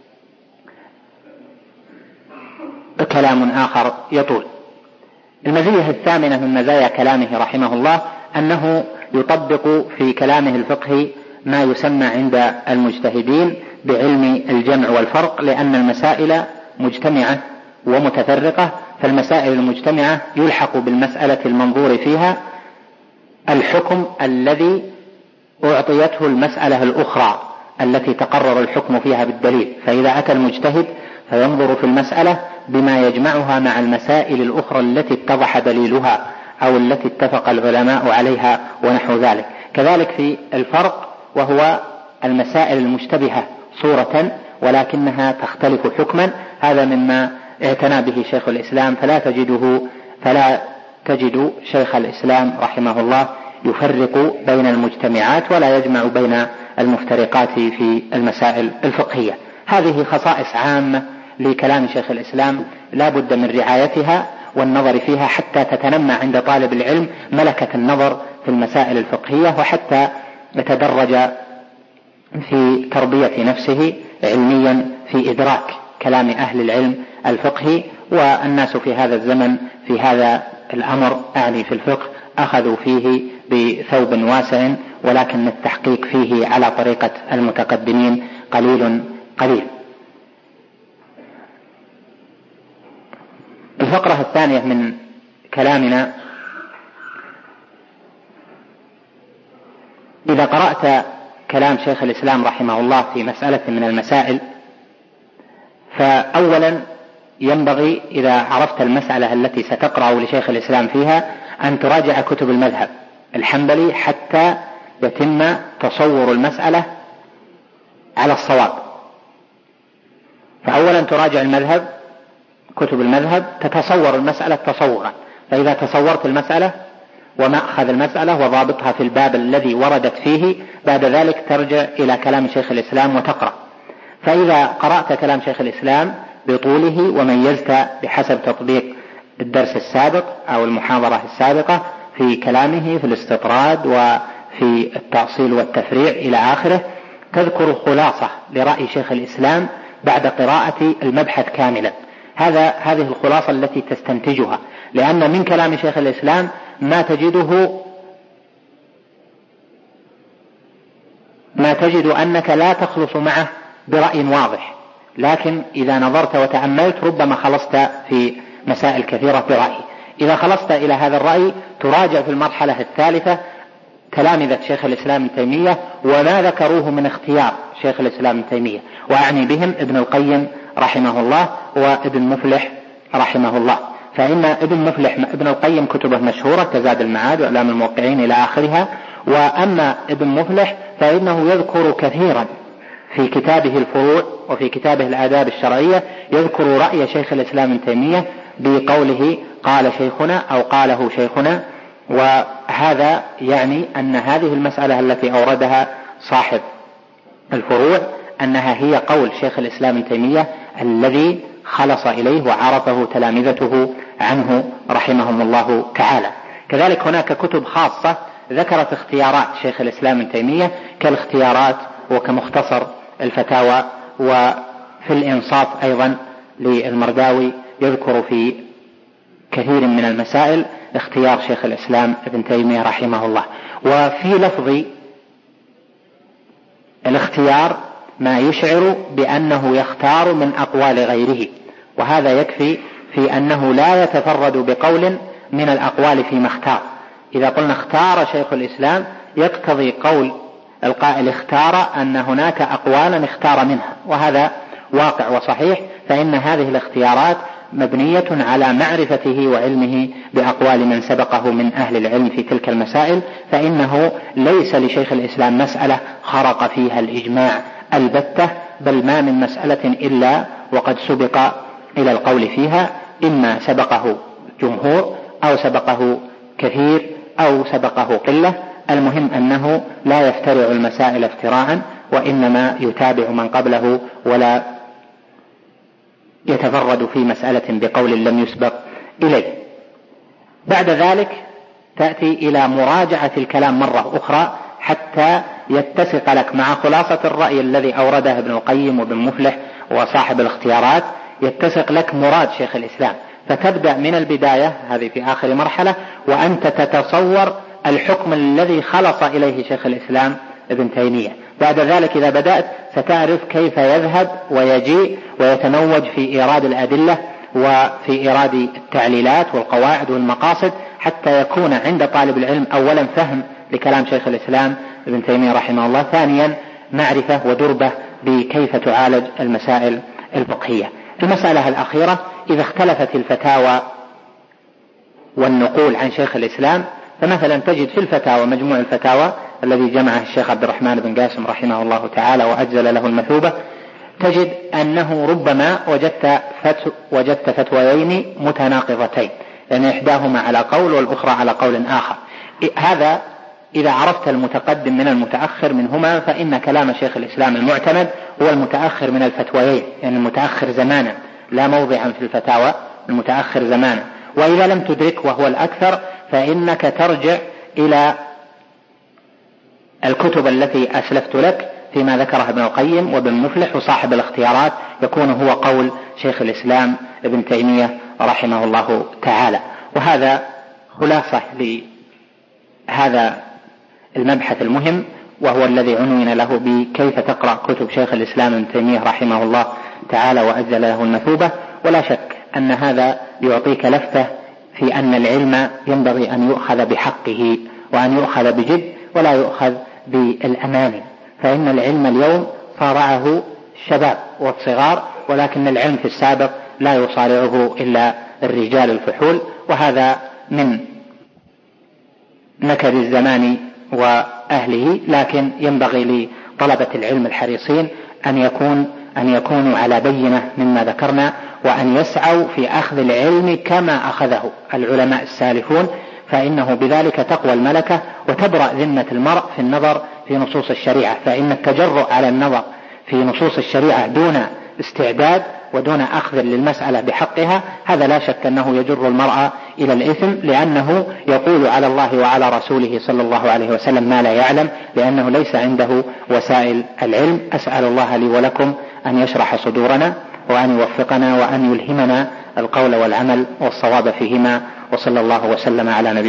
كلام آخر يطول. المزية الثامنة من مزايا كلامه رحمه الله أنه يطبق في كلامه الفقهي ما يسمى عند المجتهدين بعلم الجمع والفرق، لأن المسائل مجتمعة ومتفرقة، فالمسائل المجتمعة يلحق بالمسألة المنظور فيها الحكم الذي أعطيته المسألة الأخرى التي تقرر الحكم فيها بالدليل. فإذا أتى المجتهد فينظر في المسألة بما يجمعها مع المسائل الأخرى التي اتضح دليلها أو التي اتفق العلماء عليها ونحو ذلك. كذلك في الفرق، وهو المسائل المشتبهة صورة ولكنها تختلف حكما، هذا مما اعتنى به شيخ الإسلام، فلا تجده فلا تجد شيخ الإسلام رحمه الله يفرق بين المجتمعات ولا يجمع بين المفترقات في المسائل الفقهية. هذه خصائص عامة لكلام شيخ الإسلام لا بد من رعايتها والنظر فيها حتى تتنمى عند طالب العلم ملكة النظر في المسائل الفقهية، وحتى يتدرج في تربية نفسه علميا في إدراك كلام أهل العلم الفقهي. والناس في هذا الزمن في هذا الأمر أعني في الفقه أخذوا فيه بثوب واسع، ولكن التحقيق فيه على طريقة المتقدمين قليل قليل. الفقرة الثانية من كلامنا: إذا قرأت كلام شيخ الإسلام رحمه الله في مسألة من المسائل، فأولا ينبغي إذا عرفت المسألة التي ستقرأ لشيخ الإسلام فيها أن تراجع كتب المذهب الحنبلي حتى يتم تصور المسألة على الصواب. فأولا تراجع المذهب، كتب المذهب، تتصور المسألة تصورا. فإذا تصورت المسألة ومأخذ المسألة وضابطها في الباب الذي وردت فيه، بعد ذلك ترجع إلى كلام شيخ الإسلام وتقرأ. فإذا قرأت كلام شيخ الإسلام بطوله وميزت بحسب تطبيق الدرس السابق أو المحاضرة السابقة في كلامه في الاستطراد وفي التأصيل والتفريع إلى آخره، تذكر خلاصة لرأي شيخ الإسلام بعد قراءة المبحث كاملا. هذا هذه الخلاصة التي تستنتجها، لأن من كلام شيخ الإسلام ما تجده ما تجد أنك لا تخلص معه برأي واضح، لكن إذا نظرت وتأملت ربما خلصت في مسائل كثيرة برأي. إذا خلصت إلى هذا الرأي تراجع في المرحلة الثالثة تلامذة شيخ الإسلام ابن تيمية وما ذكروه من اختيار شيخ الإسلام ابن تيمية، وأعني بهم ابن القيم رحمه الله وابن مفلح رحمه الله. فإن ابن مفلح ابن القيم كتبه مشهورة كزاد المعاد وإعلام الموقعين إلى آخرها، وأما ابن مفلح فإنه يذكر كثيرا في كتابه الفروع وفي كتابه الآداب الشرعية يذكر رأي شيخ الإسلام ابن تيمية بقوله قال شيخنا أو قاله شيخنا. وهذا يعني أن هذه المسألة التي أوردها صاحب الفروع أنها هي قول شيخ الإسلام ابن تيمية الذي خلص إليه وعرفه تلامذته عنه رحمهم الله تعالى. كذلك هناك كتب خاصة ذكرت اختيارات شيخ الإسلام ابن تيمية كالاختيارات وكمختصر الفتاوى، وفي الإنصاف أيضا للمرداوي يذكر في كثير من المسائل اختيار شيخ الإسلام ابن تيمية رحمه الله. وفي لفظ الاختيار ما يشعر بأنه يختار من أقوال غيره، وهذا يكفي في أنه لا يتفرد بقول من الأقوال فيما اختار. إذا قلنا اختار شيخ الإسلام يقتضي قول القائل اختار أن هناك أقوالا اختار منها، وهذا واقع وصحيح. فإن هذه الاختيارات مبنية على معرفته وعلمه بأقوال من سبقه من أهل العلم في تلك المسائل، فإنه ليس لشيخ الإسلام مسألة خرق فيها الإجماع البتة، بل ما من مسألة إلا وقد سبق إلى القول فيها، إما سبقه جمهور أو سبقه كثير أو سبقه قلة. المهم أنه لا يفترع المسائل افتراعا، وإنما يتابع من قبله ولا يتفرد في مسألة بقول لم يسبق إليه. بعد ذلك تأتي إلى مراجعة الكلام مرة أخرى حتى يتسق لك مع خلاصة الرأي الذي أورده ابن القيم وابن مفلح وصاحب الاختيارات، يتسق لك مراد شيخ الإسلام، فتبدأ من البداية هذه في آخر مرحلة وأنت تتصور الحكم الذي خلص إليه شيخ الإسلام ابن تيمية. بعد ذلك إذا بدأت ستعرف كيف يذهب ويجيء ويتنوج في إيراد الأدلة وفي إيراد التعليلات والقواعد والمقاصد، حتى يكون عند طالب العلم أولا فهم لكلام شيخ الإسلام ابن تيمية رحمه الله، ثانيا معرفة ودربة بكيف تعالج المسائل الفقهية. المسألة الأخيرة: إذا اختلفت الفتاوى والنقول عن شيخ الإسلام، فمثلا تجد في الفتاوى مجموع الفتاوى الذي جمعه الشيخ عبد الرحمن بن قاسم رحمه الله تعالى وأجزل له المثوبة، تجد أنه ربما وجدت, فتو وجدت فتويين متناقضتين، يعني إحداهما على قول والأخرى على قول آخر. هذا إذا عرفت المتقدم من المتأخر منهما فإن كلام شيخ الإسلام المعتمد هو المتأخر من الفتويين، يعني المتأخر زمانا لا موضعا في الفتاوى، المتأخر زمانا. وإذا لم تدرك وهو الأكثر فإنك ترجع إلى الكتب التي أسلفت لك فيما ذكرها ابن القيم وابن مفلح وصاحب الاختيارات، يكون هو قول شيخ الإسلام ابن تيمية رحمه الله تعالى. وهذا خلاصة لهذا المبحث المهم، وهو الذي عنون له بكيف تقرأ كتب شيخ الإسلام ابن تيمية رحمه الله تعالى وأجزل له المثوبة. ولا شك أن هذا يعطيك لفتة في أن العلم ينبغي أن يؤخذ بحقه وأن يؤخذ بجد ولا يؤخذ بالأماني، فإن العلم اليوم صارعه الشباب والصغار، ولكن العلم في السابق لا يصارعه إلا الرجال الفحول، وهذا من نكد الزمان وأهله. لكن ينبغي لطلبة العلم الحريصين أن يكون أن يكونوا على بينة مما ذكرنا، وأن يسعوا في أخذ العلم كما أخذه العلماء السالفون، فإنه بذلك تقوى الملكة وتبرأ ذمة المرء في النظر في نصوص الشريعة. فإن التجرؤ على النظر في نصوص الشريعة دون استعداد ودون أخذ للمسألة بحقها، هذا لا شك أنه يجر المرء إلى الإثم، لأنه يقول على الله وعلى رسوله صلى الله عليه وسلم ما لا يعلم، لأنه ليس عنده وسائل العلم. أسأل الله لي ولكم أن يشرح صدورنا وأن يوفقنا وأن يلهمنا القول والعمل والصواب فيهما، وصلى الله وسلم على نبينا